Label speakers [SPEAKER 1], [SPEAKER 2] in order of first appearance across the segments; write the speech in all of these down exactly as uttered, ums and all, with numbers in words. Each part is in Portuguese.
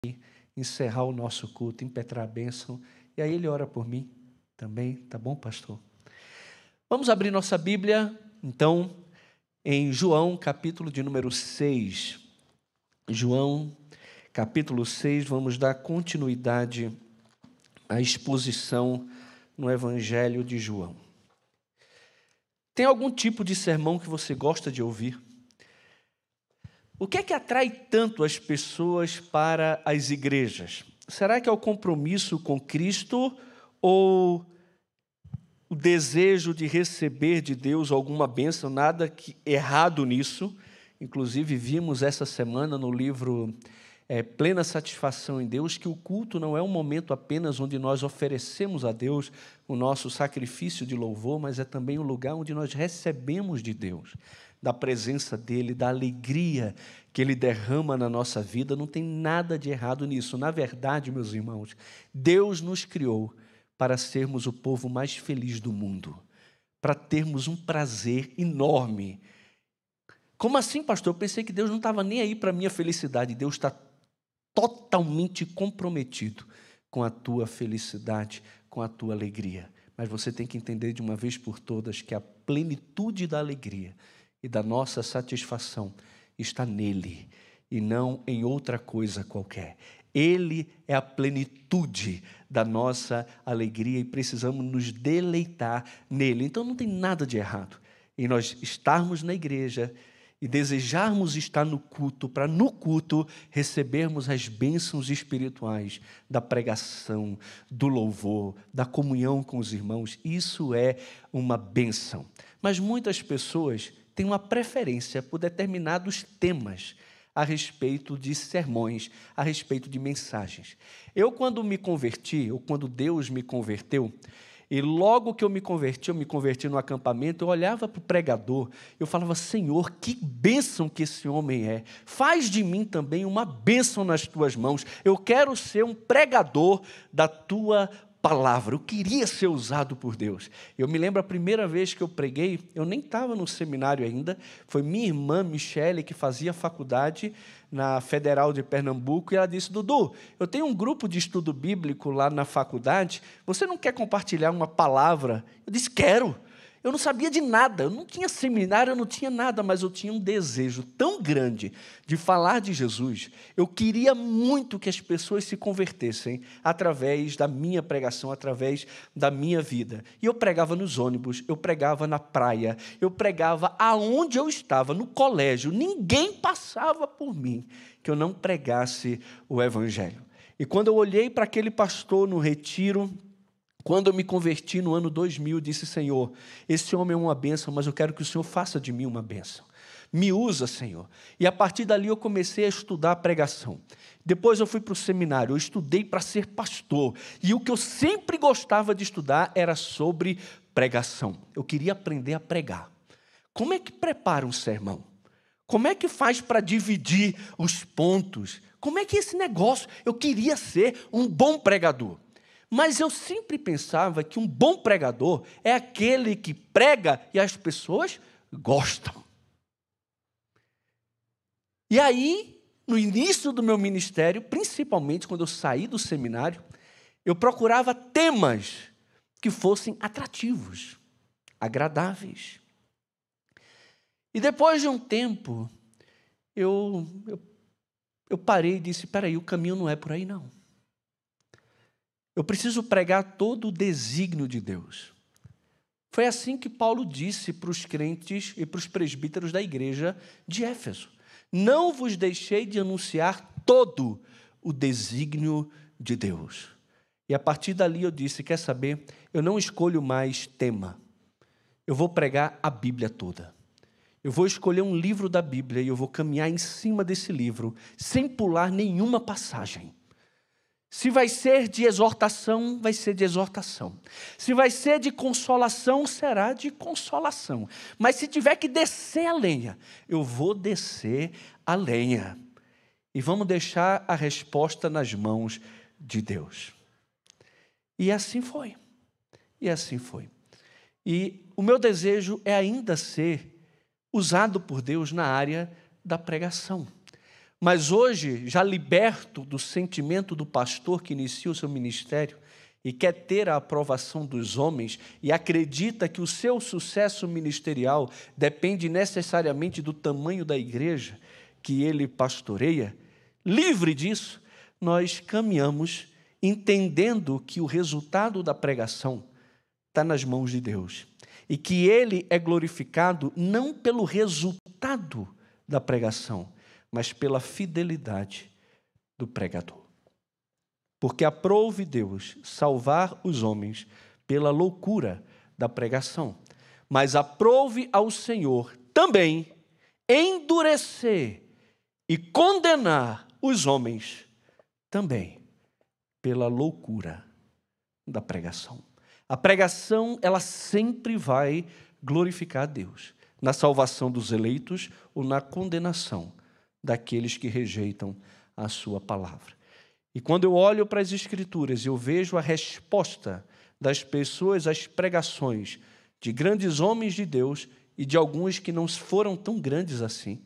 [SPEAKER 1] encerrar o nosso culto, impetrar a bênção, e aí ele ora por mim também, tá bom, pastor? Vamos abrir nossa Bíblia, então, em João, capítulo de número seis. João, capítulo seis, vamos dar continuidade à exposição no Evangelho de João. Tem algum tipo de sermão que você gosta de ouvir? O que é que atrai tanto as pessoas para as igrejas? Será que é o compromisso com Cristo ou o desejo de receber de Deus alguma bênção? Nada que, errado nisso. Inclusive, vimos essa semana no livro é, Plena Satisfação em Deus, que o culto não é um momento apenas onde nós oferecemos a Deus o nosso sacrifício de louvor, mas é também um lugar onde nós recebemos de Deus, da presença dEle, da alegria que Ele derrama na nossa vida. Não tem nada de errado nisso. Na verdade, meus irmãos, Deus nos criou para sermos o povo mais feliz do mundo, para termos um prazer enorme. Como assim, pastor? Eu pensei que Deus não estava nem aí para a minha felicidade. Deus está totalmente comprometido com a tua felicidade, com a tua alegria. Mas você tem que entender de uma vez por todas que a plenitude da alegria e da nossa satisfação está nele e não em outra coisa qualquer. Ele é a plenitude da nossa alegria e precisamos nos deleitar nele. Então não tem nada de errado em nós estarmos na igreja e desejarmos estar no culto, para no culto recebermos as bênçãos espirituais da pregação, do louvor, da comunhão com os irmãos. Isso é uma bênção. Mas muitas pessoas têm uma preferência por determinados temas a respeito de sermões, a respeito de mensagens. Eu, quando me converti, ou quando Deus me converteu, e logo que eu me converti, eu me converti no acampamento, eu olhava para o pregador, eu falava: Senhor, que bênção que esse homem é, faz de mim também uma bênção nas tuas mãos, eu quero ser um pregador da tua palavra, eu queria ser usado por Deus. Eu me lembro a primeira vez que eu preguei, eu nem estava no seminário ainda, foi minha irmã Michele, que fazia faculdade na Federal de Pernambuco, e ela disse: Dudu, eu tenho um grupo de estudo bíblico lá na faculdade, você não quer compartilhar uma palavra? Eu disse: quero. Eu não sabia de nada, eu não tinha seminário, eu não tinha nada, mas eu tinha um desejo tão grande de falar de Jesus. Eu queria muito que as pessoas se convertessem através da minha pregação, através da minha vida. E eu pregava nos ônibus, eu pregava na praia, eu pregava aonde eu estava, no colégio. Ninguém passava por mim que eu não pregasse o Evangelho. E quando eu olhei para aquele pastor no retiro, quando eu me converti no ano dois mil, eu disse: Senhor, esse homem é uma bênção, mas eu quero que o Senhor faça de mim uma bênção. Me usa, Senhor. E a partir dali eu comecei a estudar a pregação. Depois eu fui para o seminário, eu estudei para ser pastor. E o que eu sempre gostava de estudar era sobre pregação. Eu queria aprender a pregar. Como é que prepara um sermão? Como é que faz para dividir os pontos? Como é que é esse negócio? Eu queria ser um bom pregador. Mas eu sempre pensava que um bom pregador é aquele que prega e as pessoas gostam. E aí, no início do meu ministério, principalmente quando eu saí do seminário, eu procurava temas que fossem atrativos, agradáveis. E depois de um tempo, eu, eu, eu parei e disse: espera aí, o caminho não é por aí não. Eu preciso pregar todo o desígnio de Deus. Foi assim que Paulo disse para os crentes e para os presbíteros da igreja de Éfeso: não vos deixei de anunciar todo o desígnio de Deus. E a partir dali eu disse: quer saber, eu não escolho mais tema, eu vou pregar a Bíblia toda. Eu vou escolher um livro da Bíblia e eu vou caminhar em cima desse livro, sem pular nenhuma passagem. Se vai ser de exortação, vai ser de exortação. Se vai ser de consolação, será de consolação. Mas se tiver que descer a lenha, eu vou descer a lenha. E vamos deixar a resposta nas mãos de Deus. E assim foi. E assim foi. E o meu desejo é ainda ser usado por Deus na área da pregação. Mas hoje, já liberto do sentimento do pastor que inicia o seu ministério e quer ter a aprovação dos homens e acredita que o seu sucesso ministerial depende necessariamente do tamanho da igreja que ele pastoreia, livre disso, nós caminhamos entendendo que o resultado da pregação está nas mãos de Deus e que ele é glorificado não pelo resultado da pregação, mas pela fidelidade do pregador. Porque aprouve Deus salvar os homens pela loucura da pregação, mas aprouve ao Senhor também endurecer e condenar os homens também pela loucura da pregação. A pregação, ela sempre vai glorificar a Deus, na salvação dos eleitos ou na condenação daqueles que rejeitam a sua palavra. E quando eu olho para as Escrituras, eu vejo a resposta das pessoas às pregações de grandes homens de Deus e de alguns que não foram tão grandes assim,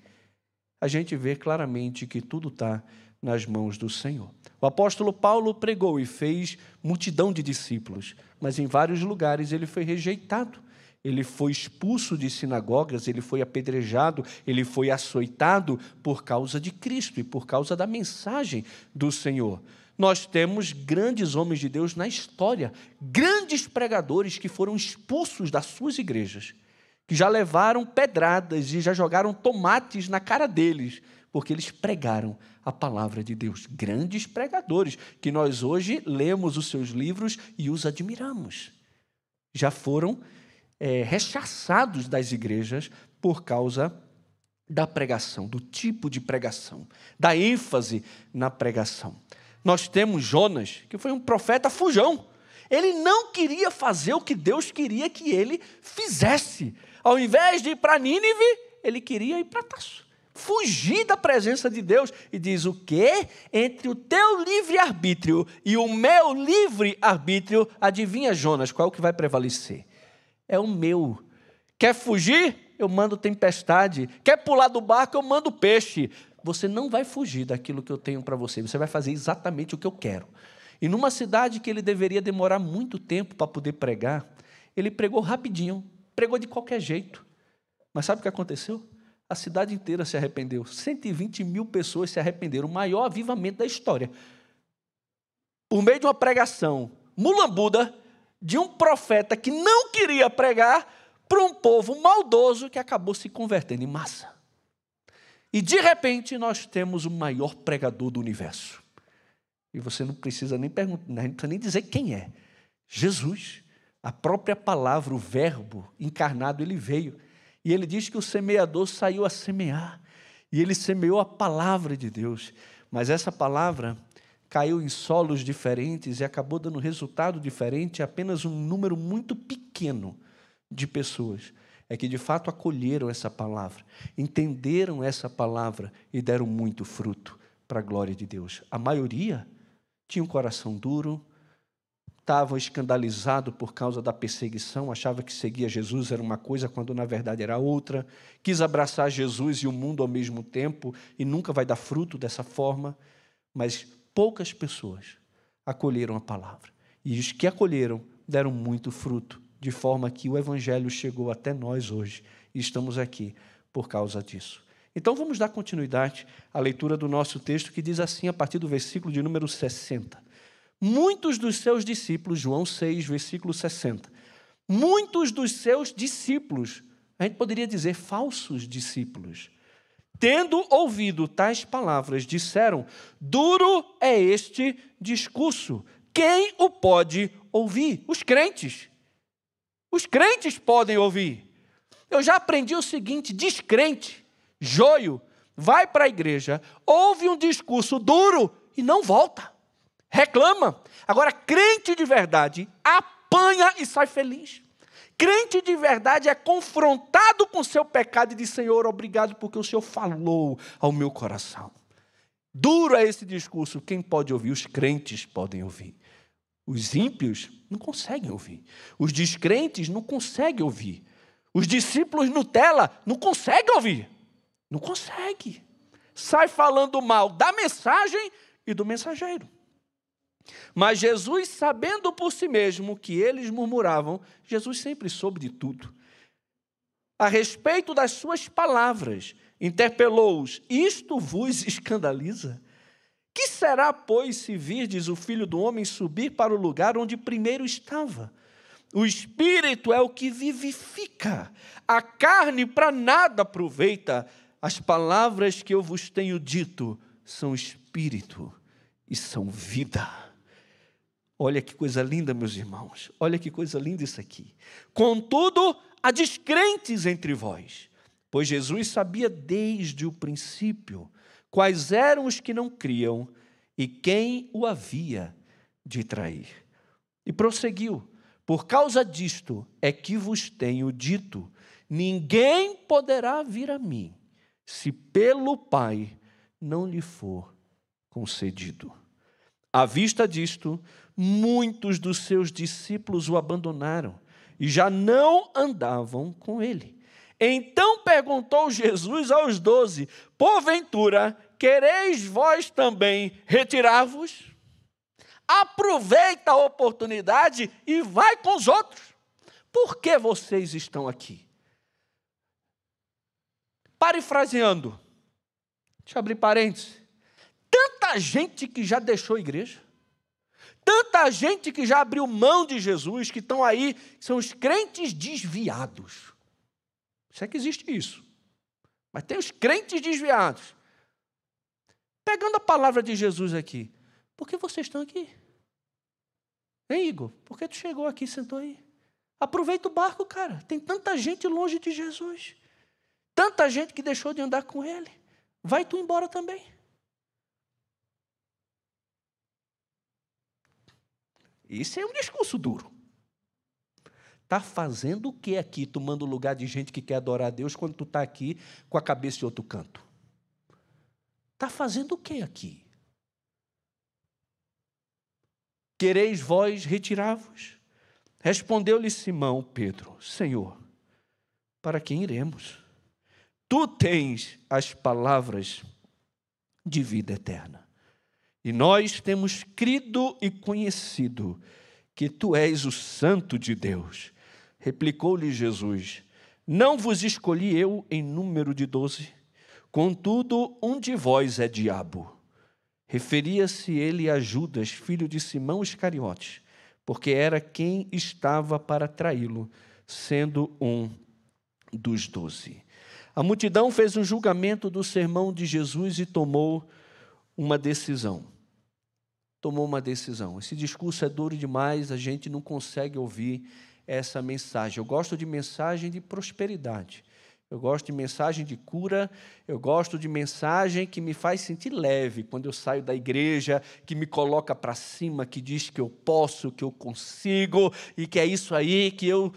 [SPEAKER 1] a gente vê claramente que tudo está nas mãos do Senhor. O apóstolo Paulo pregou e fez multidão de discípulos, mas em vários lugares ele foi rejeitado. Ele foi expulso de sinagogas, ele foi apedrejado, ele foi açoitado por causa de Cristo e por causa da mensagem do Senhor. Nós temos grandes homens de Deus na história, grandes pregadores que foram expulsos das suas igrejas, que já levaram pedradas e já jogaram tomates na cara deles, porque eles pregaram a palavra de Deus. Grandes pregadores, que nós hoje lemos os seus livros e os admiramos. Já foram É, rechaçados das igrejas por causa da pregação, do tipo de pregação, da ênfase na pregação. Nós temos Jonas, que foi um profeta fujão. Ele não queria fazer o que Deus queria que ele fizesse. Ao invés de ir para Nínive, ele queria ir para Tarso, fugir da presença de Deus. E diz: o quê? Entre o teu livre-arbítrio e o meu livre-arbítrio, adivinha, Jonas, qual é o que vai prevalecer? É o meu. Quer fugir? Eu mando tempestade. Quer pular do barco? Eu mando peixe. Você não vai fugir daquilo que eu tenho para você. Você vai fazer exatamente o que eu quero. E numa cidade que ele deveria demorar muito tempo para poder pregar, ele pregou rapidinho, pregou de qualquer jeito. Mas sabe o que aconteceu? A cidade inteira se arrependeu. cento e vinte mil pessoas se arrependeram. O maior avivamento da história. Por meio de uma pregação mulambuda, de um profeta que não queria pregar para um povo maldoso que acabou se convertendo em massa. E de repente nós temos o maior pregador do universo. E você não precisa nem perguntar, não precisa nem dizer quem é. Jesus, a própria palavra, o verbo encarnado, ele veio. E ele diz que o semeador saiu a semear. E ele semeou a palavra de Deus. Mas essa palavra caiu em solos diferentes e acabou dando resultado diferente. Apenas um número muito pequeno de pessoas é que de fato acolheram essa palavra, entenderam essa palavra e deram muito fruto para a glória de Deus. A maioria tinha um coração duro, estava escandalizado por causa da perseguição, achava que seguir Jesus era uma coisa quando na verdade era outra, quis abraçar Jesus e o mundo ao mesmo tempo e nunca vai dar fruto dessa forma, mas poucas pessoas acolheram a palavra. E os que acolheram deram muito fruto, de forma que o Evangelho chegou até nós hoje. E estamos aqui por causa disso. Então vamos dar continuidade à leitura do nosso texto, que diz assim, a partir do versículo de número sessenta. Muitos dos seus discípulos, João seis, versículo sessenta. Muitos dos seus discípulos, a gente poderia dizer falsos discípulos, tendo ouvido tais palavras, disseram: duro é este discurso. Quem o pode ouvir? Os crentes. Os crentes podem ouvir. Eu já aprendi o seguinte: descrente, joio, vai para a igreja, ouve um discurso duro e não volta. Reclama. Agora, crente de verdade apanha e sai feliz. Crente de verdade é confrontado com o seu pecado e diz: Senhor, obrigado porque o Senhor falou ao meu coração. Duro é esse discurso. Quem pode ouvir? Os crentes podem ouvir. Os ímpios não conseguem ouvir. Os descrentes não conseguem ouvir. Os discípulos Nutella não conseguem ouvir. Não consegue. sai falando mal da mensagem e do mensageiro. Mas Jesus, sabendo por si mesmo que eles murmuravam, Jesus sempre soube de tudo. A respeito das suas palavras, interpelou-os: isto vos escandaliza? Que será, pois, se virdes o Filho do Homem subir para o lugar onde primeiro estava? O Espírito é o que vivifica, a carne para nada aproveita. As palavras que eu vos tenho dito são Espírito e são vida. Olha que coisa linda, meus irmãos. Olha que coisa linda isso aqui. Contudo, há descrentes entre vós, pois Jesus sabia desde o princípio quais eram os que não criam e quem o havia de trair. E prosseguiu: por causa disto é que vos tenho dito, ninguém poderá vir a mim, se pelo Pai não lhe for concedido. À vista disto, muitos dos seus discípulos o abandonaram e já não andavam com ele. Então perguntou Jesus aos doze: porventura, quereis vós também retirar-vos? Aproveita a oportunidade e vai com os outros. Por que vocês estão aqui? Parafraseando, deixa eu abrir parênteses. Tanta gente que já deixou a igreja, tanta gente que já abriu mão de Jesus, que estão aí, são os crentes desviados. Se é que existe isso. Mas tem os crentes desviados. Pegando a palavra de Jesus aqui, por que vocês estão aqui? Hein, Igor? Por que tu chegou aqui e sentou aí? Aproveita o barco, cara. Tem tanta gente longe de Jesus. Tanta gente que deixou de andar com ele. Vai tu embora também. Isso é um discurso duro. Está fazendo o que aqui, tomando o lugar de gente que quer adorar a Deus, quando tu está aqui com a cabeça em outro canto? Está fazendo o que aqui? Quereis vós retirar-vos? Respondeu-lhe Simão Pedro: Senhor, para quem iremos? Tu tens as palavras de vida eterna. E nós temos crido e conhecido que tu és o Santo de Deus. Replicou-lhe Jesus: não vos escolhi eu em número de doze? Contudo, um de vós é diabo. Referia-se ele a Judas, filho de Simão Iscariotes, porque era quem estava para traí-lo, sendo um dos doze. A multidão fez um julgamento do sermão de Jesus e tomou uma decisão. Tomou uma decisão. Esse discurso é duro demais, a gente não consegue ouvir essa mensagem. Eu gosto de mensagem de prosperidade. Eu gosto de mensagem de cura, eu gosto de mensagem que me faz sentir leve quando eu saio da igreja, que me coloca para cima, que diz que eu posso, que eu consigo, e que é isso aí que eu...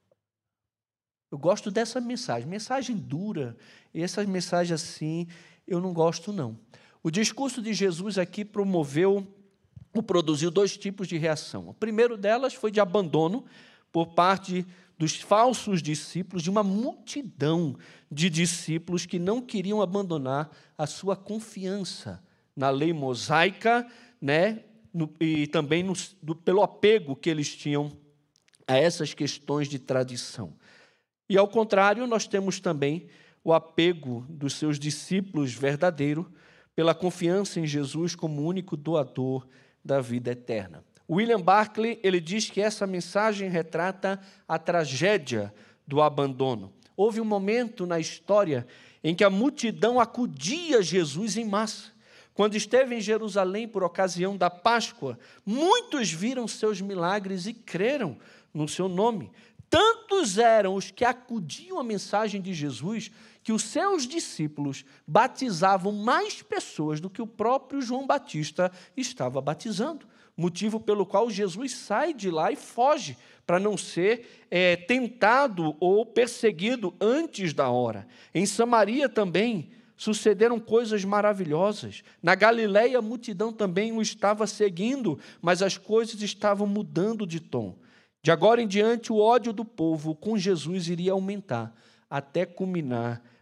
[SPEAKER 1] Eu gosto dessa mensagem, mensagem dura, e essa mensagem assim, eu não gosto não. O discurso de Jesus aqui promoveu, ou produziu dois tipos de reação. O primeiro delas foi de abandono por parte dos falsos discípulos, de uma multidão de discípulos que não queriam abandonar a sua confiança na lei mosaica, né, no, e também no, do, pelo apego que eles tinham a essas questões de tradição. E, ao contrário, nós temos também o apego dos seus discípulos verdadeiro pela confiança em Jesus como único doador da vida eterna. William Barclay, ele diz que essa mensagem retrata a tragédia do abandono. Houve um momento na história em que a multidão acudia Jesus em massa. Quando esteve em Jerusalém por ocasião da Páscoa, muitos viram seus milagres e creram no seu nome. Tantos eram os que acudiam à mensagem de Jesus que os seus discípulos batizavam mais pessoas do que o próprio João Batista estava batizando. Motivo pelo qual Jesus sai de lá e foge, para não ser é, tentado ou perseguido antes da hora. Em Samaria também sucederam coisas maravilhosas. Na Galileia a multidão também o estava seguindo, mas as coisas estavam mudando de tom. De agora em diante o ódio do povo com Jesus iria aumentar, até culminar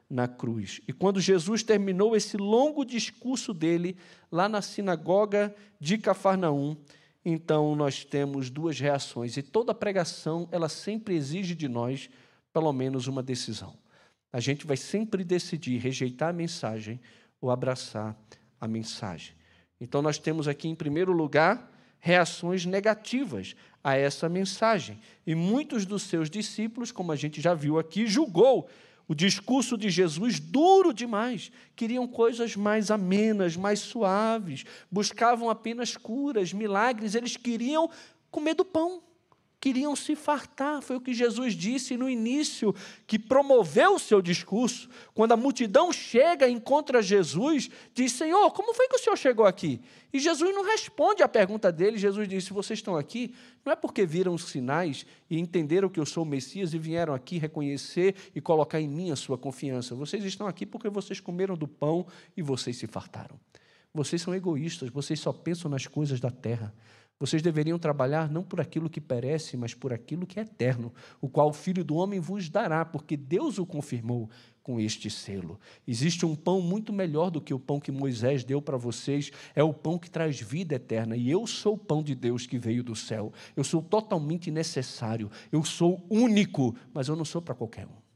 [SPEAKER 1] na cruz. E quando Jesus terminou esse longo discurso dele, lá na sinagoga de Cafarnaum, então nós temos duas reações. E toda pregação, ela sempre exige de nós, pelo menos, uma decisão. A gente vai sempre decidir rejeitar a mensagem ou abraçar a mensagem. Então nós temos aqui, em primeiro lugar, reações negativas a essa mensagem. E muitos dos seus discípulos, como a gente já viu aqui, julgou o discurso de Jesus duro demais. Queriam coisas mais amenas, mais suaves, buscavam apenas curas, milagres, eles queriam comer do pão, queriam se fartar. Foi o que Jesus disse no início, que promoveu o seu discurso. Quando a multidão chega e encontra Jesus, diz: Senhor, como foi que o Senhor chegou aqui? E Jesus não responde à pergunta dele. Jesus disse: vocês estão aqui, não é porque viram os sinais e entenderam que eu sou o Messias e vieram aqui reconhecer e colocar em mim a sua confiança. Vocês estão aqui porque vocês comeram do pão e vocês se fartaram. Vocês são egoístas, vocês só pensam nas coisas da terra. Vocês deveriam trabalhar não por aquilo que perece, mas por aquilo que é eterno, o qual o Filho do Homem vos dará, porque Deus o confirmou com este selo. Existe um pão muito melhor do que o pão que Moisés deu para vocês, é o pão que traz vida eterna, e eu sou o pão de Deus que veio do céu. Eu sou totalmente necessário, eu sou único, mas eu não sou para qualquer um.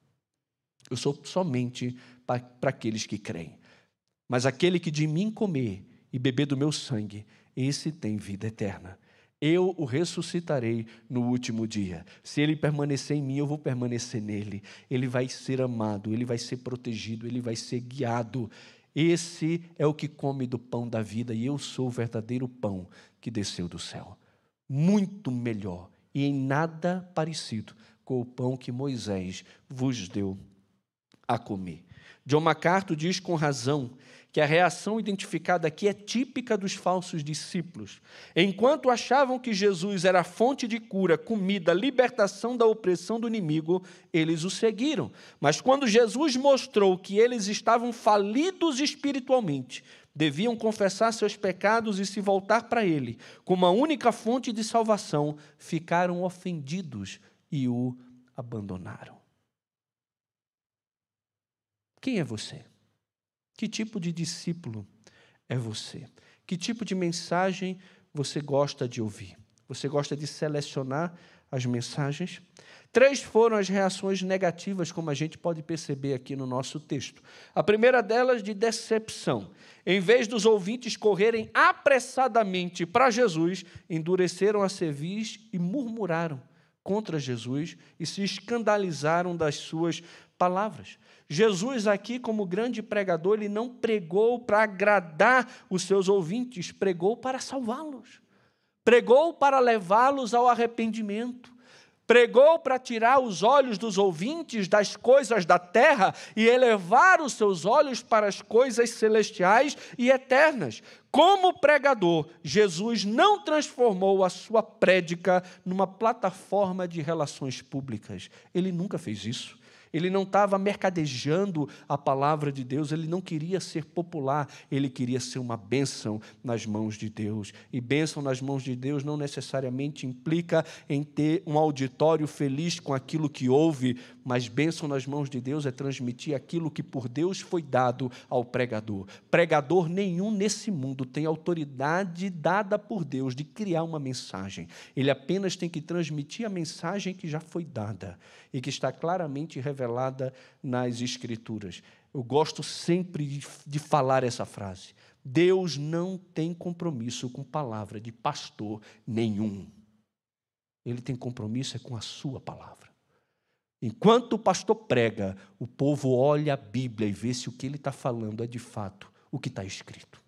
[SPEAKER 1] Eu sou somente para, para aqueles que creem. Mas aquele que de mim comer e beber do meu sangue, esse tem vida eterna. Eu o ressuscitarei no último dia. Se ele permanecer em mim, eu vou permanecer nele. Ele vai ser amado, ele vai ser protegido, ele vai ser guiado. Esse é o que come do pão da vida, e eu sou o verdadeiro pão que desceu do céu. Muito melhor e em nada parecido com o pão que Moisés vos deu a comer. John MacArthur diz com razão que a reação identificada aqui é típica dos falsos discípulos. Enquanto achavam que Jesus era fonte de cura, comida, libertação da opressão do inimigo, eles o seguiram. Mas quando Jesus mostrou que eles estavam falidos espiritualmente, deviam confessar seus pecados e se voltar para Ele, como a única fonte de salvação, ficaram ofendidos e o abandonaram. Quem é você? Que tipo de discípulo é você? Que tipo de mensagem você gosta de ouvir? Você gosta de selecionar as mensagens? Três foram as reações negativas, como a gente pode perceber aqui no nosso texto. A primeira delas, de decepção. Em vez dos ouvintes correrem apressadamente para Jesus, endureceram a cerviz e murmuraram contra Jesus e se escandalizaram das suas palavras. Jesus aqui, como grande pregador, ele não pregou para agradar os seus ouvintes, pregou para salvá-los. Pregou para levá-los ao arrependimento. Pregou para tirar os olhos dos ouvintes das coisas da terra e elevar os seus olhos para as coisas celestiais e eternas. Como pregador, Jesus não transformou a sua prédica numa plataforma de relações públicas. Ele nunca fez isso. Ele não estava mercadejando a palavra de Deus, ele não queria ser popular, ele queria ser uma bênção nas mãos de Deus. E bênção nas mãos de Deus não necessariamente implica em ter um auditório feliz com aquilo que ouve, mas bênção nas mãos de Deus é transmitir aquilo que por Deus foi dado ao pregador. Pregador nenhum nesse mundo tem autoridade dada por Deus de criar uma mensagem. Ele apenas tem que transmitir a mensagem que já foi dada e que está claramente revelada nas Escrituras. Eu gosto sempre de, de falar essa frase. Deus não tem compromisso com palavra de pastor nenhum. Ele tem compromisso é com a sua palavra. Enquanto o pastor prega, o povo olha a Bíblia e vê se o que ele está falando é de fato o que está escrito.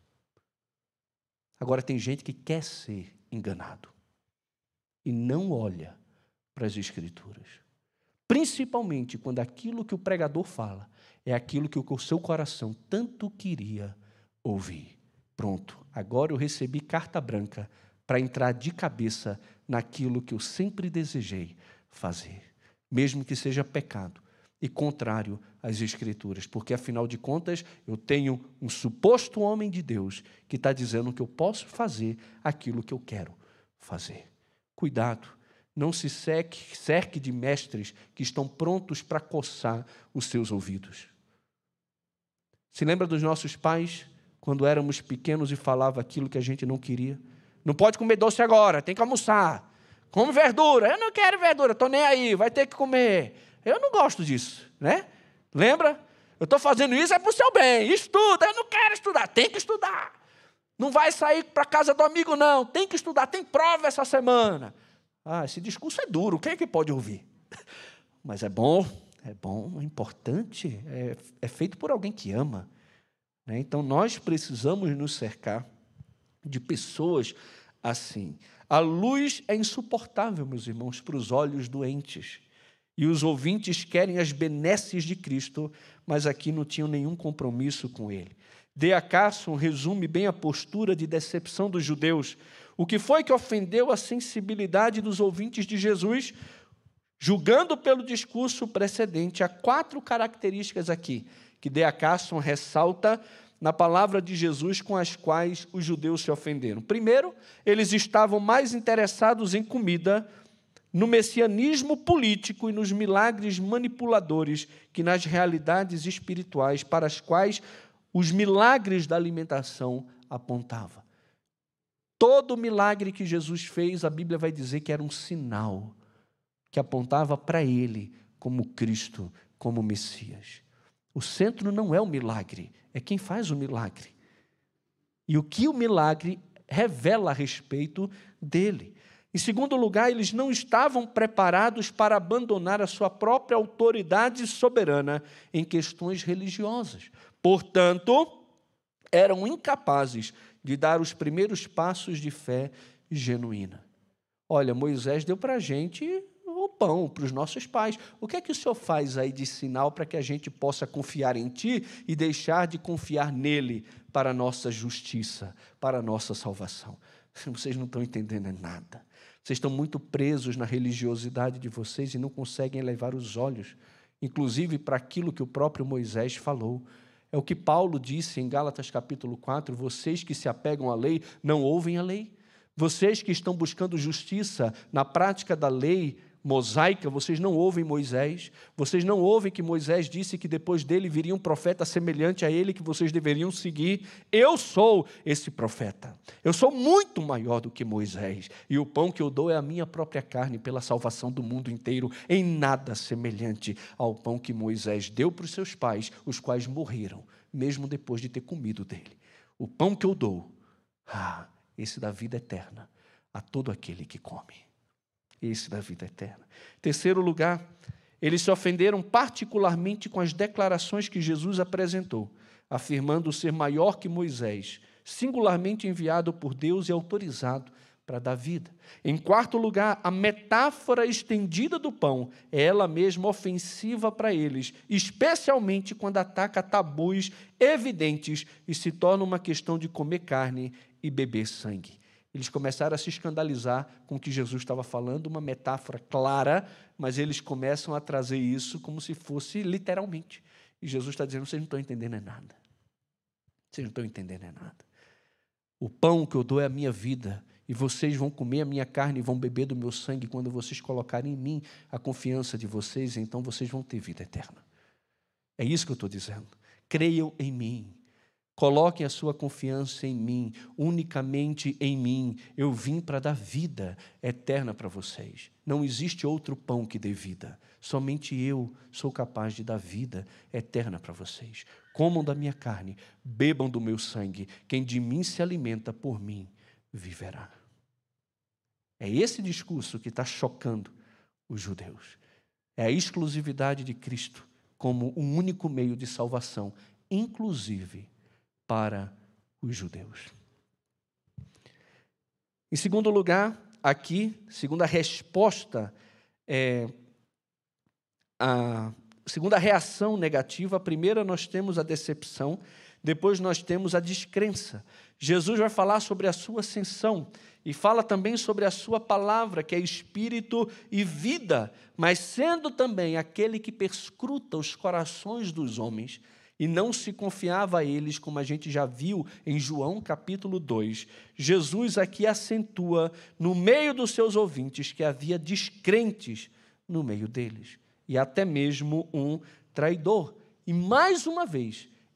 [SPEAKER 1] Agora tem gente que quer ser enganado e não olha para as Escrituras. Principalmente quando aquilo que o pregador fala é aquilo que o seu coração tanto queria ouvir. Pronto, agora eu recebi carta branca para entrar de cabeça naquilo que eu sempre desejei fazer, mesmo que seja pecado e contrário às Escrituras, porque, afinal de contas, eu tenho um suposto homem de Deus que está dizendo que eu posso fazer aquilo que eu quero fazer. Cuidado. Não se cerque, cerque de mestres que estão prontos para coçar os seus ouvidos. Se lembra dos nossos pais, quando éramos pequenos e falava aquilo que a gente não queria? Não pode comer doce agora, tem que almoçar. Come verdura. Eu não quero verdura, estou nem aí, vai ter que comer. Eu não gosto disso, né? Lembra? Eu estou fazendo isso é para o seu bem. Estuda, eu não quero estudar, tem que estudar. Não vai sair para a casa do amigo, não. Tem que estudar, tem prova essa semana. Ah, esse discurso é duro, quem é que pode ouvir? Mas é bom, é bom, é importante, é, é feito por alguém que ama. Né? Então, nós precisamos nos cercar de pessoas assim. A luz é insuportável, meus irmãos, para os olhos doentes. E os ouvintes querem as benesses de Cristo, mas aqui não tinham nenhum compromisso com ele. D A Carson resume bem a postura de decepção dos judeus. O que foi que ofendeu a sensibilidade dos ouvintes de Jesus? Julgando pelo discurso precedente, há quatro características aqui que D A Carson ressalta na palavra de Jesus com as quais os judeus se ofenderam. Primeiro, eles estavam mais interessados em comida, no messianismo político e nos milagres manipuladores que nas realidades espirituais para as quais os milagres da alimentação apontavam. Todo milagre que Jesus fez, a Bíblia vai dizer que era um sinal que apontava para ele como Cristo, como Messias. O centro não é o milagre, é quem faz o milagre. E o que o milagre revela a respeito dele. Em segundo lugar, eles não estavam preparados para abandonar a sua própria autoridade soberana em questões religiosas. Portanto, eram incapazes de dar os primeiros passos de fé genuína. Olha, Moisés deu para a gente o pão, para os nossos pais. O que é que o Senhor faz aí de sinal para que a gente possa confiar em Ti e deixar de confiar nele para a nossa justiça, para a nossa salvação? Vocês não estão entendendo nada. Vocês estão muito presos na religiosidade de vocês e não conseguem levar os olhos, inclusive para aquilo que o próprio Moisés falou. É o que Paulo disse em Gálatas capítulo quatro, vocês que se apegam à lei não ouvem a lei. Vocês que estão buscando justiça na prática da lei mosaica, vocês não ouvem Moisés, vocês não ouvem que Moisés disse que depois dele viria um profeta semelhante a ele que vocês deveriam seguir. Eu sou esse profeta, eu sou muito maior do que Moisés, e o pão que eu dou é a minha própria carne pela salvação do mundo inteiro, em nada semelhante ao pão que Moisés deu para os seus pais, os quais morreram, mesmo depois de ter comido dele. O pão que eu dou, ah, esse da vida eterna, a todo aquele que come. Esse da vida eterna. Terceiro lugar, eles se ofenderam particularmente com as declarações que Jesus apresentou, afirmando ser maior que Moisés, singularmente enviado por Deus e autorizado para dar vida. Em quarto lugar, a metáfora estendida do pão é ela mesma ofensiva para eles, especialmente quando ataca tabus evidentes e se torna uma questão de comer carne e beber sangue. Eles começaram a se escandalizar com o que Jesus estava falando, uma metáfora clara, mas eles começam a trazer isso como se fosse literalmente. E Jesus está dizendo, vocês não estão entendendo é nada. Vocês não estão entendendo é nada. O pão que eu dou é a minha vida, e vocês vão comer a minha carne e vão beber do meu sangue quando vocês colocarem em mim a confiança de vocês, então vocês vão ter vida eterna. É isso que eu estou dizendo. Creiam em mim. Coloquem a sua confiança em mim, unicamente em mim. Eu vim para dar vida eterna para vocês. Não existe outro pão que dê vida. Somente eu sou capaz de dar vida eterna para vocês. Comam da minha carne, bebam do meu sangue. Quem de mim se alimenta, por mim viverá. É esse discurso que está chocando os judeus. É a exclusividade de Cristo como o único meio de salvação, inclusive para os judeus. Em segundo lugar, aqui, segunda resposta, é, a segunda reação negativa, a primeira nós temos a decepção, depois nós temos a descrença. Jesus vai falar sobre a sua ascensão e fala também sobre a sua palavra, que é espírito e vida, mas sendo também aquele que perscruta os corações dos homens, e não se confiava a eles, como a gente já viu em João capítulo dois. Jesus aqui acentua no meio dos seus ouvintes que havia descrentes no meio deles, e até mesmo um traidor. E mais uma vez,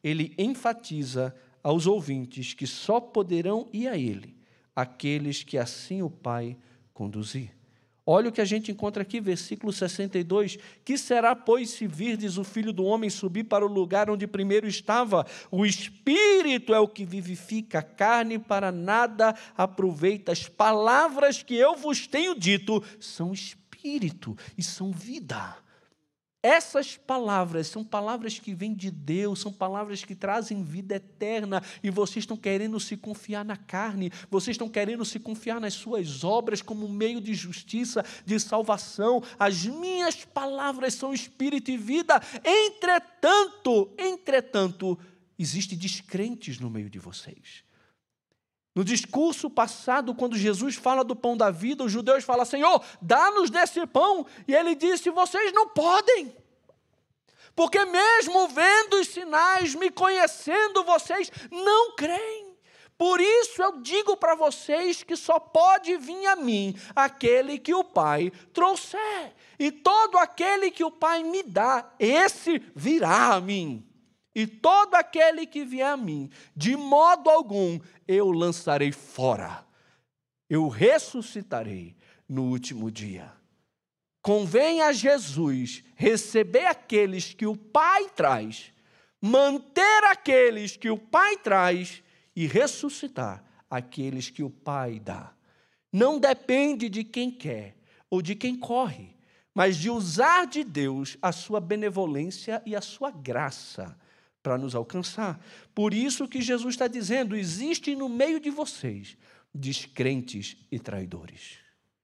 [SPEAKER 1] ele enfatiza aos ouvintes que só poderão ir a ele aqueles que assim o Pai conduzir. Olha o que a gente encontra aqui, versículo sessenta e dois. Que será, pois, se virdes o Filho do Homem subir para o lugar onde primeiro estava? O Espírito é o que vivifica, a carne para nada aproveita. As palavras que eu vos tenho dito são Espírito e são vida. Essas palavras são palavras que vêm de Deus, são palavras que trazem vida eterna, e vocês estão querendo se confiar na carne, vocês estão querendo se confiar nas suas obras como meio de justiça, de salvação. As minhas palavras são espírito e vida. Entretanto, entretanto, existem descrentes no meio de vocês. No discurso passado, quando Jesus fala do pão da vida, os judeus falam: Senhor, dá-nos desse pão. E ele disse: vocês não podem. Porque mesmo vendo os sinais, me conhecendo, vocês não creem. Por isso eu digo para vocês que só pode vir a mim aquele que o Pai trouxer. E todo aquele que o Pai me dá, esse virá a mim. E todo aquele que vier a mim, de modo algum, eu lançarei fora. Eu ressuscitarei no último dia. Convém a Jesus receber aqueles que o Pai traz, manter aqueles que o Pai traz e ressuscitar aqueles que o Pai dá. Não depende de quem quer ou de quem corre, mas de usar de Deus a sua benevolência e a sua graça para nos alcançar. Por isso que Jesus está dizendo: existem no meio de vocês descrentes e traidores.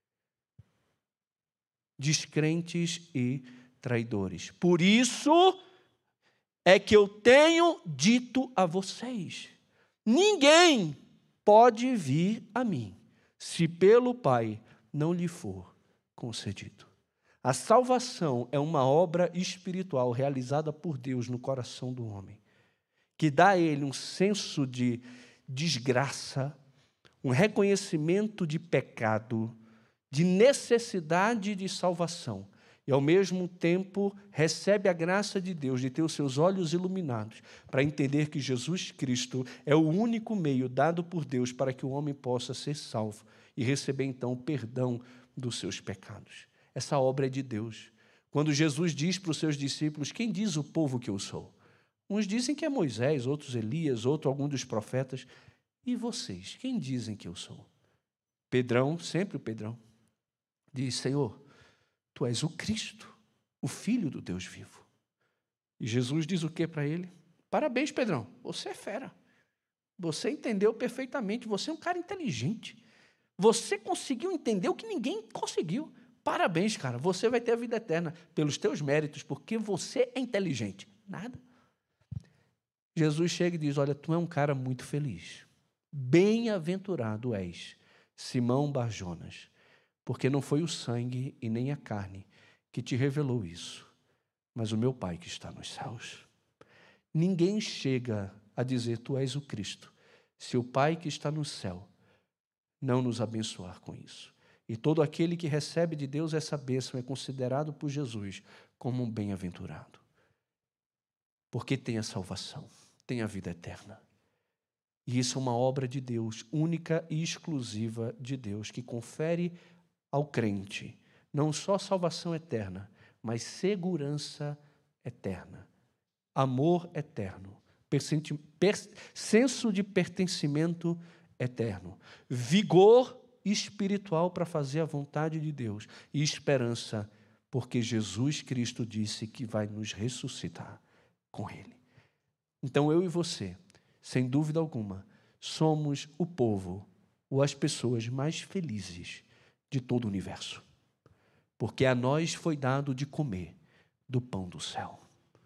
[SPEAKER 1] Descrentes e traidores. Por isso é que eu tenho dito a vocês: ninguém pode vir a mim, se pelo Pai não lhe for concedido. A salvação é uma obra espiritual realizada por Deus no coração do homem, que dá a ele um senso de desgraça, um reconhecimento de pecado, de necessidade de salvação, e ao mesmo tempo recebe a graça de Deus de ter os seus olhos iluminados para entender que Jesus Cristo é o único meio dado por Deus para que o homem possa ser salvo e receber então o perdão dos seus pecados. Essa obra é de Deus. Quando Jesus diz para os seus discípulos: quem diz o povo que eu sou? Uns dizem que é Moisés, outros Elias, outro algum dos profetas. E vocês, quem dizem que eu sou? Pedrão, sempre o Pedrão, diz: Senhor, tu és o Cristo, o Filho do Deus vivo. E Jesus diz o que para ele? Parabéns, Pedrão, você é fera. Você entendeu perfeitamente, você é um cara inteligente. Você conseguiu entender o que ninguém conseguiu. Parabéns, cara, você vai ter a vida eterna pelos teus méritos, porque você é inteligente. Nada. Jesus chega e diz: olha, tu é um cara muito feliz. Bem-aventurado és, Simão Bar-Jonas, porque não foi o sangue e nem a carne que te revelou isso, mas o meu Pai que está nos céus. Ninguém chega a dizer: tu és o Cristo, se o Pai que está no céu não nos abençoar com isso. E todo aquele que recebe de Deus essa bênção é considerado por Jesus como um bem-aventurado, porque tem a salvação, tem a vida eterna. E isso é uma obra de Deus, única e exclusiva de Deus, que confere ao crente não só salvação eterna, mas segurança eterna, amor eterno, senso de pertencimento eterno, vigor espiritual para fazer a vontade de Deus e esperança, porque Jesus Cristo disse que vai nos ressuscitar com Ele. Então eu e você, sem dúvida alguma, somos o povo ou as pessoas mais felizes de todo o universo, porque a nós foi dado de comer do pão do céu.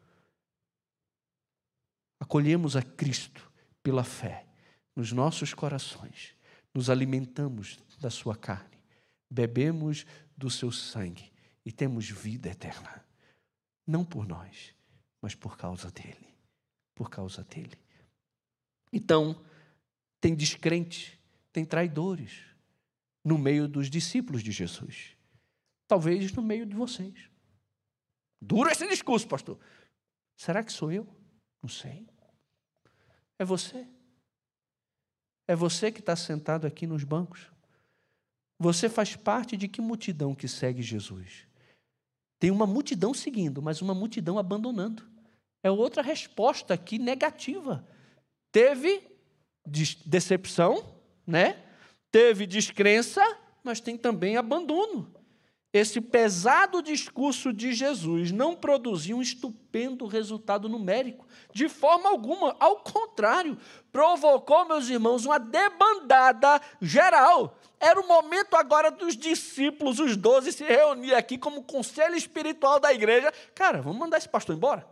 [SPEAKER 1] Acolhemos a Cristo pela fé nos nossos corações, nos alimentamos da sua carne, bebemos do seu sangue e temos vida eterna, não por nós, mas por causa dele, por causa dele. Então, tem descrentes, tem traidores no meio dos discípulos de Jesus, talvez no meio de vocês. Duro esse discurso, pastor. Será que sou eu? Não sei. É você. É você que está sentado aqui nos bancos. Você faz parte de que multidão que segue Jesus? Tem uma multidão seguindo, mas uma multidão abandonando. É outra resposta aqui negativa. Teve decepção, né? Teve descrença, mas tem também abandono. Esse pesado discurso de Jesus não produziu um estupendo resultado numérico, de forma alguma. Ao contrário, provocou, meus irmãos, uma debandada geral. Era o momento agora dos discípulos, os doze, se reunir aqui como conselho espiritual da igreja. Cara, vamos mandar esse pastor embora?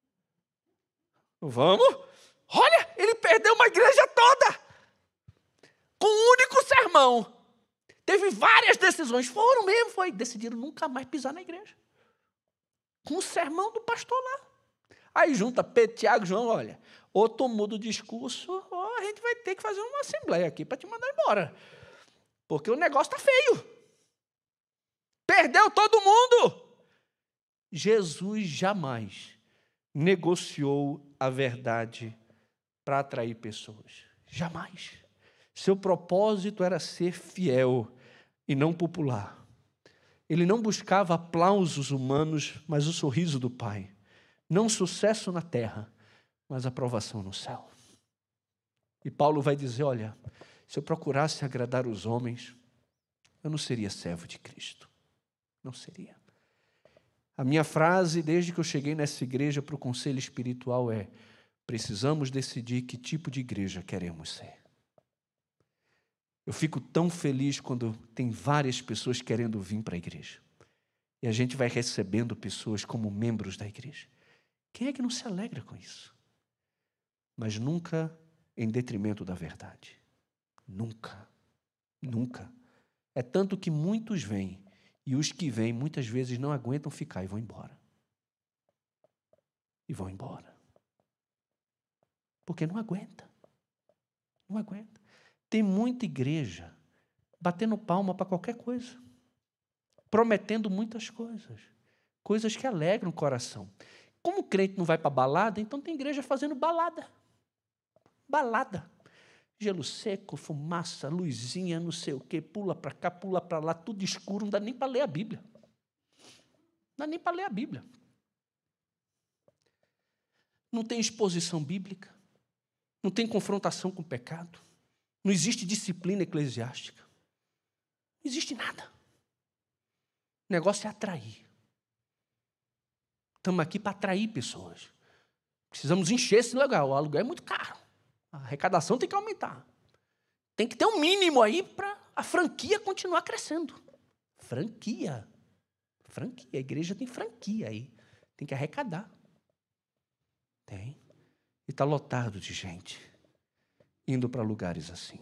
[SPEAKER 1] Vamos? Olha, ele perdeu uma igreja toda. Com um único sermão. Teve várias decisões. Foram mesmo, foi. Decidiram nunca mais pisar na igreja. Com o sermão do pastor lá. Aí junta Pedro, Tiago, João, olha, ou tu muda o discurso, ou a gente vai ter que fazer uma assembleia aqui para te mandar embora. Porque o negócio está feio. Perdeu todo mundo. Jesus jamais negociou a verdade para atrair pessoas. Jamais. Seu propósito era ser fiel e não popular. Ele não buscava aplausos humanos, mas o sorriso do Pai. Não sucesso na terra, mas aprovação no céu. E Paulo vai dizer, olha, se eu procurasse agradar os homens, eu não seria servo de Cristo. Não seria. A minha frase, desde que eu cheguei nessa igreja para o conselho espiritual é, precisamos decidir que tipo de igreja queremos ser. Eu fico tão feliz quando tem várias pessoas querendo vir para a igreja. E a gente vai recebendo pessoas como membros da igreja. Quem é que não se alegra com isso? Mas nunca em detrimento da verdade. Nunca. Nunca. É tanto que muitos vêm, e os que vêm muitas vezes não aguentam ficar e vão embora. E vão embora. Porque não aguenta. Não aguenta. Tem muita igreja batendo palma para qualquer coisa, prometendo muitas coisas, coisas que alegram o coração. Como o crente não vai para balada, então tem igreja fazendo balada. Balada. Gelo seco, fumaça, luzinha, não sei o quê, pula para cá, pula para lá, tudo escuro, não dá nem para ler a Bíblia. Não dá nem para ler a Bíblia. Não tem exposição bíblica, não tem confrontação com o pecado. Não existe disciplina eclesiástica. Não existe nada. O negócio é atrair. Estamos aqui para atrair pessoas. Precisamos encher esse lugar. O aluguel é muito caro. A arrecadação tem que aumentar. Tem que ter um mínimo aí para a franquia continuar crescendo. Franquia. Franquia. A igreja tem franquia aí. Tem que arrecadar. Tem. E está lotado de gente indo para lugares assim.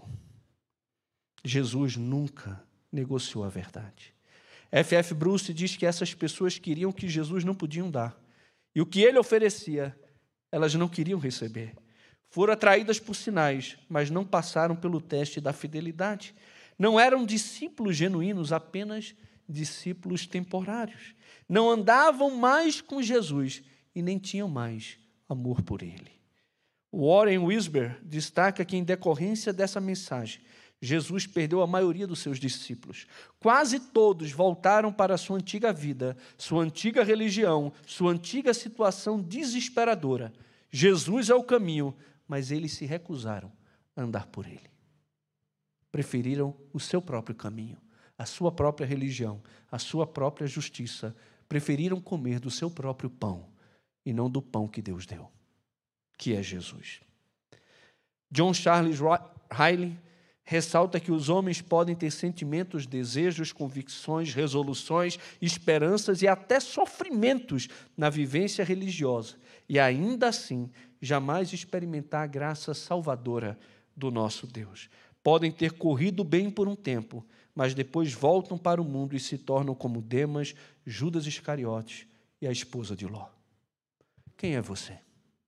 [SPEAKER 1] Jesus nunca negociou a verdade. F F Bruce diz que essas pessoas queriam o que Jesus não podiam dar. E o que ele oferecia, elas não queriam receber. Foram atraídas por sinais, mas não passaram pelo teste da fidelidade. Não eram discípulos genuínos, apenas discípulos temporários. Não andavam mais com Jesus e nem tinham mais amor por ele. Warren Wiersbe destaca que, em decorrência dessa mensagem, Jesus perdeu a maioria dos seus discípulos. Quase todos voltaram para a sua antiga vida, sua antiga religião, sua antiga situação desesperadora. Jesus é o caminho, mas eles se recusaram a andar por ele. Preferiram o seu próprio caminho, a sua própria religião, a sua própria justiça. Preferiram comer do seu próprio pão e não do pão que Deus deu, que é Jesus. John Charles Riley ressalta que os homens podem ter sentimentos, desejos, convicções, resoluções, esperanças e até sofrimentos na vivência religiosa e ainda assim jamais experimentar a graça salvadora do nosso Deus. Podem ter corrido bem por um tempo, mas depois voltam para o mundo e se tornam como Demas, Judas Iscariotes e a esposa de Ló. Quem é você?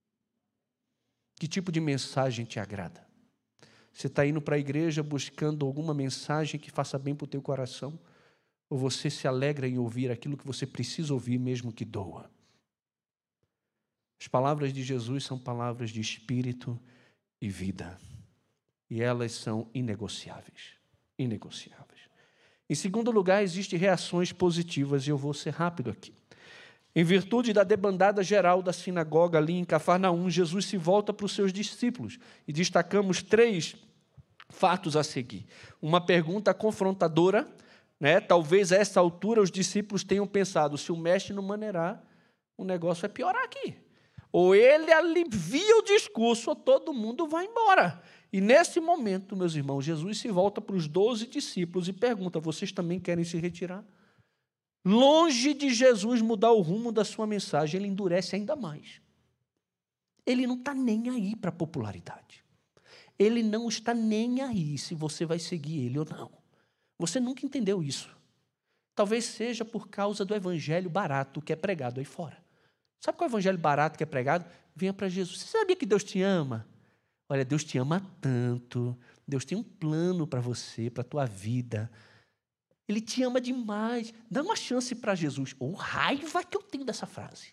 [SPEAKER 1] Que tipo de mensagem te agrada? Você está indo para a igreja buscando alguma mensagem que faça bem para o teu coração? Ou você se alegra em ouvir aquilo que você precisa ouvir, mesmo que doa? As palavras de Jesus são palavras de espírito e vida. E elas são inegociáveis. Inegociáveis. Em segundo lugar, existem reações positivas, e eu vou ser rápido aqui. Em virtude da debandada geral da sinagoga ali em Cafarnaum, Jesus se volta para os seus discípulos e destacamos três fatos a seguir. Uma pergunta confrontadora, né? Talvez a essa altura os discípulos tenham pensado, se o mestre não maneirar, o negócio vai piorar aqui. Ou ele alivia o discurso, ou todo mundo vai embora. E nesse momento, meus irmãos, Jesus se volta para os doze discípulos e pergunta, vocês também querem se retirar? Longe de Jesus mudar o rumo da sua mensagem, ele endurece ainda mais. Ele não está nem aí para a popularidade. Ele não está nem aí se você vai seguir ele ou não. Você nunca entendeu isso. Talvez seja por causa do evangelho barato que é pregado aí fora. Sabe qual é o evangelho barato que é pregado? Venha para Jesus. Você sabia que Deus te ama? Olha, Deus te ama tanto. Deus tem um plano para você, para a tua vida. Ele te ama demais. Dá uma chance para Jesus. Ou oh, raiva que eu tenho dessa frase.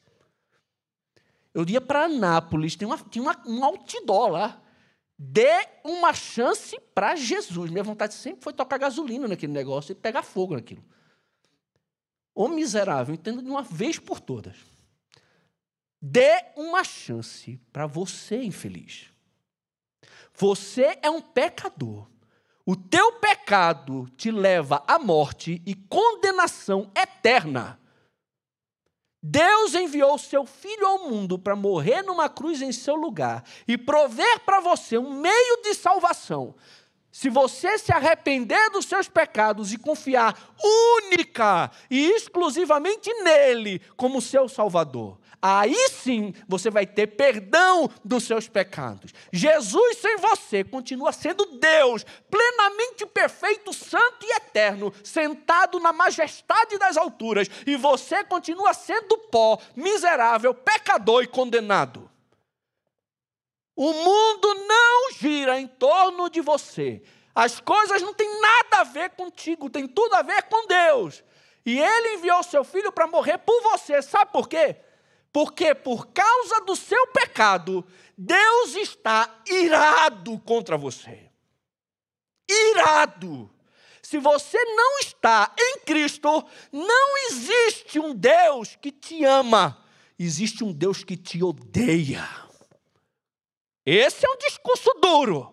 [SPEAKER 1] Eu ia para Anápolis, tem uma, tinha uma, um outdoor lá. Dê uma chance para Jesus. Minha vontade sempre foi tocar gasolina naquele negócio e pegar fogo naquilo. Ô miserável, entenda de uma vez por todas. Dê uma chance para você, infeliz. Você é um pecador. O teu pecado te leva à morte e condenação eterna. Deus enviou o seu Filho ao mundo para morrer numa cruz em seu lugar e prover para você um meio de salvação. Se você se arrepender dos seus pecados e confiar única e exclusivamente nele como seu Salvador, aí sim você vai ter perdão dos seus pecados. Jesus sem você continua sendo Deus, plenamente perfeito, santo e eterno, sentado na majestade das alturas, e você continua sendo pó, miserável, pecador e condenado. O mundo não gira em torno de você. As coisas não têm nada a ver contigo, tem tudo a ver com Deus. E Ele enviou o seu Filho para morrer por você. Sabe por quê? Porque por causa do seu pecado, Deus está irado contra você. Irado. Se você não está em Cristo, não existe um Deus que te ama. Existe um Deus que te odeia. Esse é um discurso duro.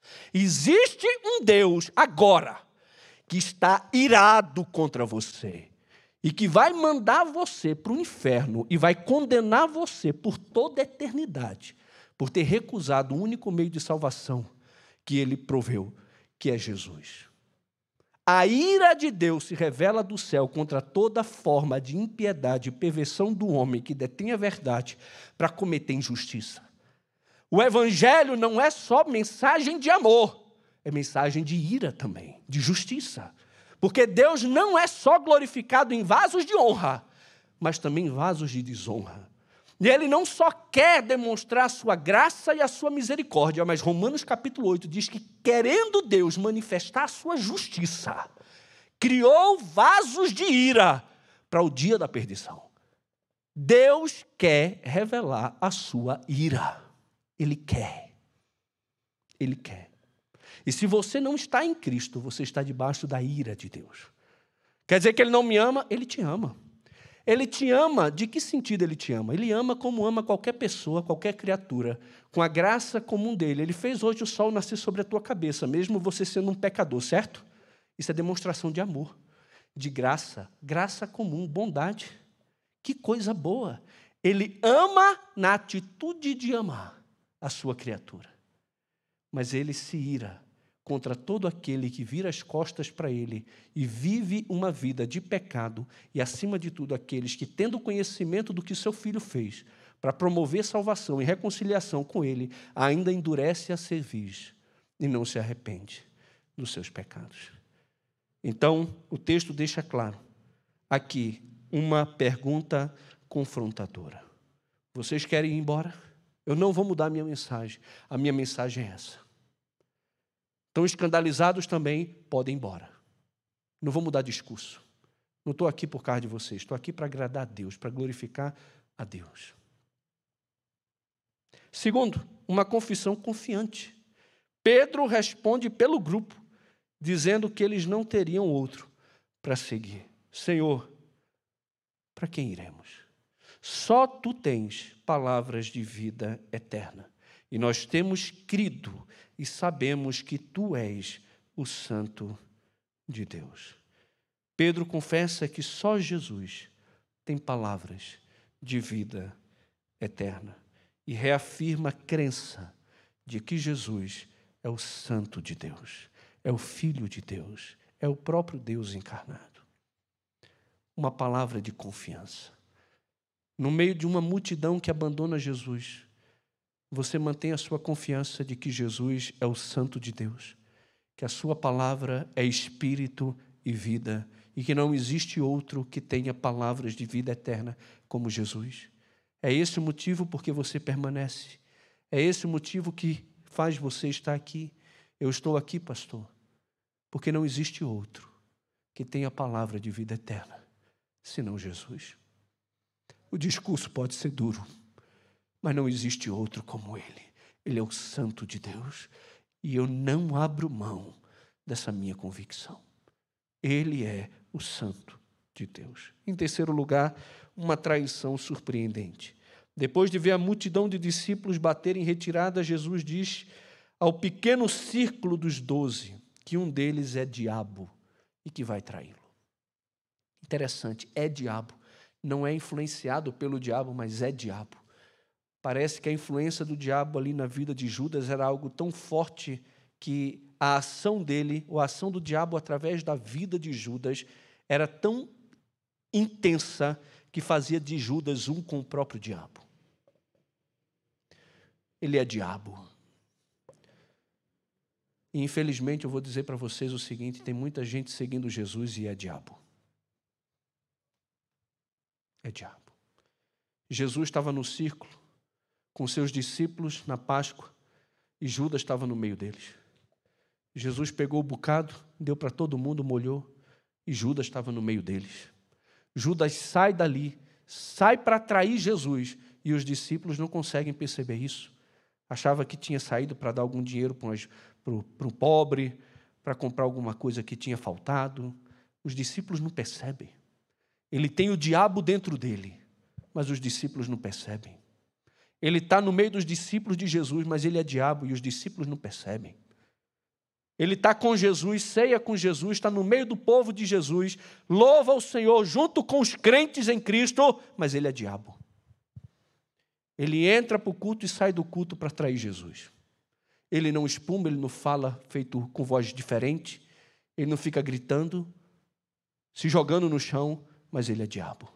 [SPEAKER 1] Existe um Deus agora que está irado contra você e que vai mandar você para o inferno e vai condenar você por toda a eternidade por ter recusado o único meio de salvação que Ele proveu, que é Jesus. A ira de Deus se revela do céu contra toda forma de impiedade e perversão do homem que detém a verdade para cometer injustiça. O evangelho não é só mensagem de amor, é mensagem de ira também, de justiça. Porque Deus não é só glorificado em vasos de honra, mas também em vasos de desonra. E Ele não só quer demonstrar a sua graça e a sua misericórdia, mas Romanos capítulo oito diz que, querendo Deus manifestar a sua justiça, criou vasos de ira para o dia da perdição. Deus quer revelar a sua ira. Ele quer. Ele quer. E se você não está em Cristo, você está debaixo da ira de Deus. Quer dizer que Ele não me ama? Ele te ama. Ele te ama, de que sentido Ele te ama? Ele ama como ama qualquer pessoa, qualquer criatura, com a graça comum dEle. Ele fez hoje o sol nascer sobre a tua cabeça, mesmo você sendo um pecador, certo? Isso é demonstração de amor, de graça, graça comum, bondade. Que coisa boa. Ele ama na atitude de amar a sua criatura. Mas Ele se ira contra todo aquele que vira as costas para Ele e vive uma vida de pecado, e, acima de tudo, aqueles que, tendo conhecimento do que seu Filho fez para promover salvação e reconciliação com Ele, ainda endurece a cerviz e não se arrepende dos seus pecados. Então, o texto deixa claro aqui uma pergunta confrontadora. Vocês querem ir embora? Eu não vou mudar a minha mensagem. A minha mensagem é essa. Estão escandalizados também, podem ir embora. Não vou mudar discurso. Não estou aqui por causa de vocês. Estou aqui para agradar a Deus, para glorificar a Deus. Segundo, uma confissão confiante. Pedro responde pelo grupo, dizendo que eles não teriam outro para seguir. Senhor, para quem iremos? Só tu tens palavras de vida eterna. E nós temos crido e sabemos que tu és o Santo de Deus. Pedro confessa que só Jesus tem palavras de vida eterna e reafirma a crença de que Jesus é o Santo de Deus, é o Filho de Deus, é o próprio Deus encarnado. Uma palavra de confiança. No meio de uma multidão que abandona Jesus, você mantém a sua confiança de que Jesus é o Santo de Deus, que a sua palavra é espírito e vida, e que não existe outro que tenha palavras de vida eterna como Jesus. É esse o motivo por que você permanece. É esse o motivo que faz você estar aqui. Eu estou aqui, pastor, porque não existe outro que tenha a palavra de vida eterna, senão Jesus. O discurso pode ser duro, mas não existe outro como Ele. Ele é o Santo de Deus. E eu não abro mão dessa minha convicção. Ele é o Santo de Deus. Em terceiro lugar, uma traição surpreendente. Depois de ver a multidão de discípulos bater em retirada, Jesus diz ao pequeno círculo dos doze que um deles é diabo e que vai traí-lo. Interessante, é diabo. Não é influenciado pelo diabo, mas é diabo. Parece que a influência do diabo ali na vida de Judas era algo tão forte que a ação dele, ou a ação do diabo através da vida de Judas, era tão intensa que fazia de Judas um com o próprio diabo. Ele é diabo. E infelizmente eu vou dizer para vocês o seguinte, tem muita gente seguindo Jesus e é diabo. É diabo. Jesus estava no círculo com seus discípulos na Páscoa e Judas estava no meio deles. Jesus pegou o bocado, deu para todo mundo, molhou, e Judas estava no meio deles. Judas sai dali, sai para trair Jesus, e os discípulos não conseguem perceber isso. Achava que tinha saído para dar algum dinheiro para um, para um pobre, para comprar alguma coisa que tinha faltado. Os discípulos não percebem. Ele tem o diabo dentro dele, mas os discípulos não percebem. Ele está no meio dos discípulos de Jesus, mas ele é diabo e os discípulos não percebem. Ele está com Jesus, ceia com Jesus, está no meio do povo de Jesus, louva o Senhor junto com os crentes em Cristo, mas ele é diabo. Ele entra para o culto e sai do culto para trair Jesus. Ele não espuma, ele não fala feito com voz diferente, ele não fica gritando, se jogando no chão, mas ele é diabo.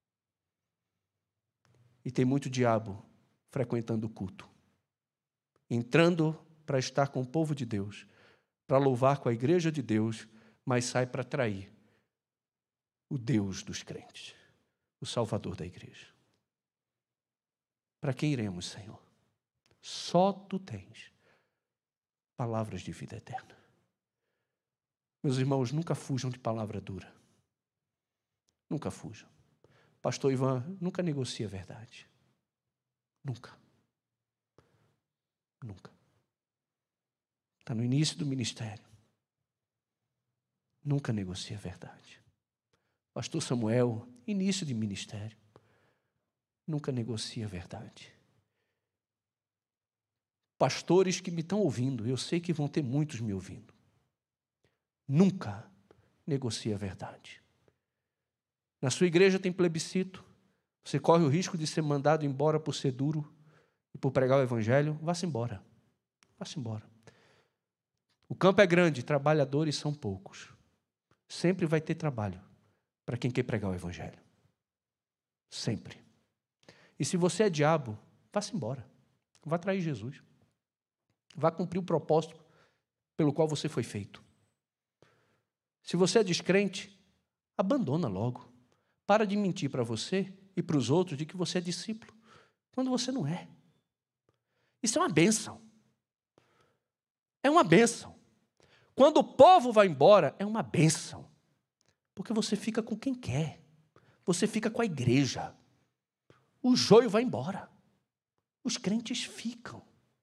[SPEAKER 1] E tem muito diabo frequentando o culto, entrando para estar com o povo de Deus, para louvar com a igreja de Deus, mas sai para trair o Deus dos crentes, o Salvador da igreja. Para quem iremos, Senhor? Só Tu tens palavras de vida eterna. Meus irmãos, nunca fujam de palavra dura. Nunca fujam. Pastor Ivan, nunca negocie a verdade. Nunca. Nunca. Está no início do ministério. Nunca negocie a verdade. Pastor Samuel, início de ministério. Nunca negocie a verdade. Pastores que me estão ouvindo, eu sei que vão ter muitos me ouvindo. Nunca negocie a verdade. Na sua igreja tem plebiscito, você corre o risco de ser mandado embora por ser duro e por pregar o evangelho, vá-se embora. Vá-se embora. O campo é grande, trabalhadores são poucos. Sempre vai ter trabalho para quem quer pregar o evangelho. Sempre. E se você é diabo, vá-se embora. Vá trair Jesus. Vá cumprir o propósito pelo qual você foi feito. Se você é descrente, abandona logo. Para de mentir para você e para os outros de que você é discípulo, quando você não é. Isso é uma bênção. É uma bênção. Quando o povo vai embora, é uma bênção. Porque você fica com quem quer. Você fica com a igreja. O joio vai embora. Os crentes ficam.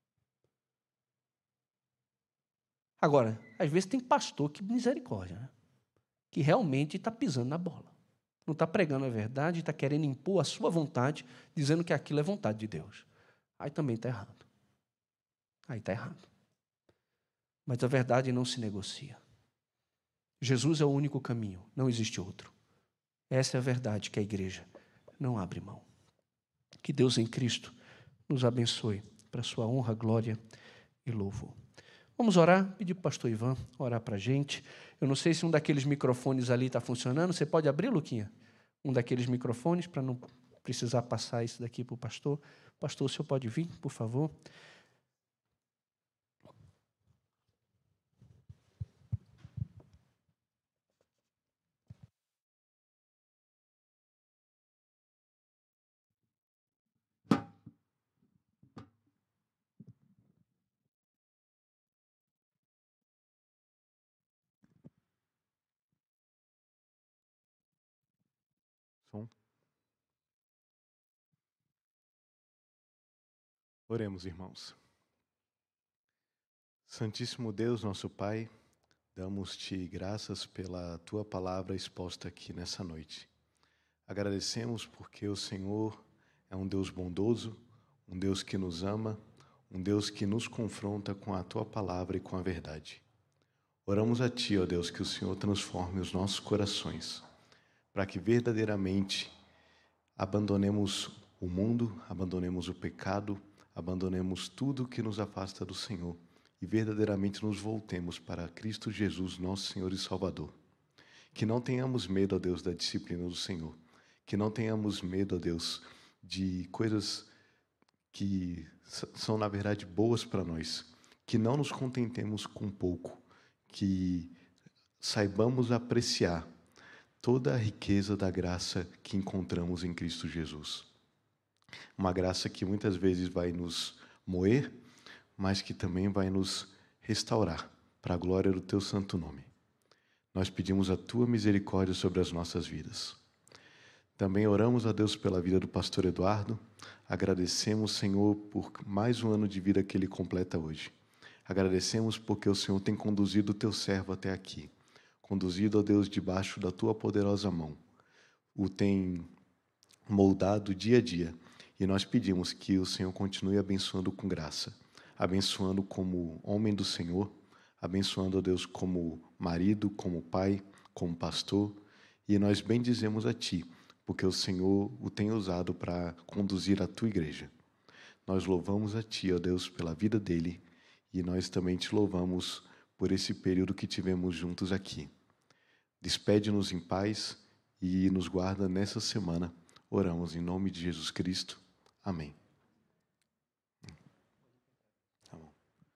[SPEAKER 1] Agora, às vezes tem pastor que misericórdia, né? Que realmente está pisando na bola. Não está pregando a verdade, está querendo impor a sua vontade, dizendo que aquilo é vontade de Deus. Aí também está errado. Aí está errado. Mas a verdade não se negocia. Jesus é o único caminho, não existe outro. Essa é a verdade que a igreja não abre mão. Que Deus em Cristo nos abençoe para a sua honra, glória e louvor. Vamos orar, pedir para o pastor Ivan orar para a gente. Eu não sei se um daqueles microfones ali está funcionando. Você pode abrir, Luquinha? Um daqueles microfones, para não precisar passar isso daqui para o pastor. Pastor, o senhor pode vir, por favor?
[SPEAKER 2] Som. Oremos, irmãos. Santíssimo Deus, nosso Pai, damos-te graças pela tua palavra exposta aqui nessa noite. Agradecemos porque o Senhor é um Deus bondoso, um Deus que nos ama, um Deus que nos confronta com a tua palavra e com a verdade. Oramos a ti, ó Deus, que o Senhor transforme os nossos corações, para que verdadeiramente abandonemos o mundo, abandonemos o pecado, abandonemos tudo que nos afasta do Senhor e verdadeiramente nos voltemos para Cristo Jesus, nosso Senhor e Salvador. Que não tenhamos medo, ó Deus, da disciplina do Senhor. Que não tenhamos medo, ó Deus, de coisas que são, na verdade, boas para nós. Que não nos contentemos com pouco. Que saibamos apreciar toda a riqueza da graça que encontramos em Cristo Jesus. Uma graça que muitas vezes vai nos moer, mas que também vai nos restaurar para a glória do teu santo nome. Nós pedimos a tua misericórdia sobre as nossas vidas. Também oramos a Deus pela vida do pastor Eduardo. Agradecemos, Senhor, por mais um ano de vida que ele completa hoje. Agradecemos porque o Senhor tem conduzido o teu servo até aqui. Conduzido, ó Deus, debaixo da tua poderosa mão. O tem moldado dia a dia. E nós pedimos que o Senhor continue abençoando com graça. Abençoando como homem do Senhor. Abençoando, ó Deus, como marido, como pai, como pastor. E nós bendizemos a ti, porque o Senhor o tem usado para conduzir a tua igreja. Nós louvamos a ti, ó Deus, pela vida dele. E nós também te louvamos por esse período que tivemos juntos aqui. Despede-nos em paz e nos guarda nessa semana. Oramos em nome de Jesus Cristo. Amém. Tá bom.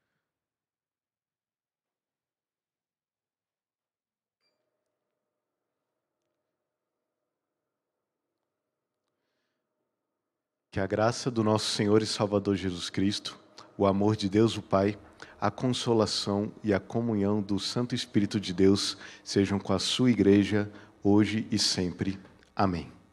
[SPEAKER 2] Que a graça do nosso Senhor e Salvador Jesus Cristo, o amor de Deus o Pai, a consolação e a comunhão do Santo Espírito de Deus sejam com a sua igreja, hoje e sempre. Amém.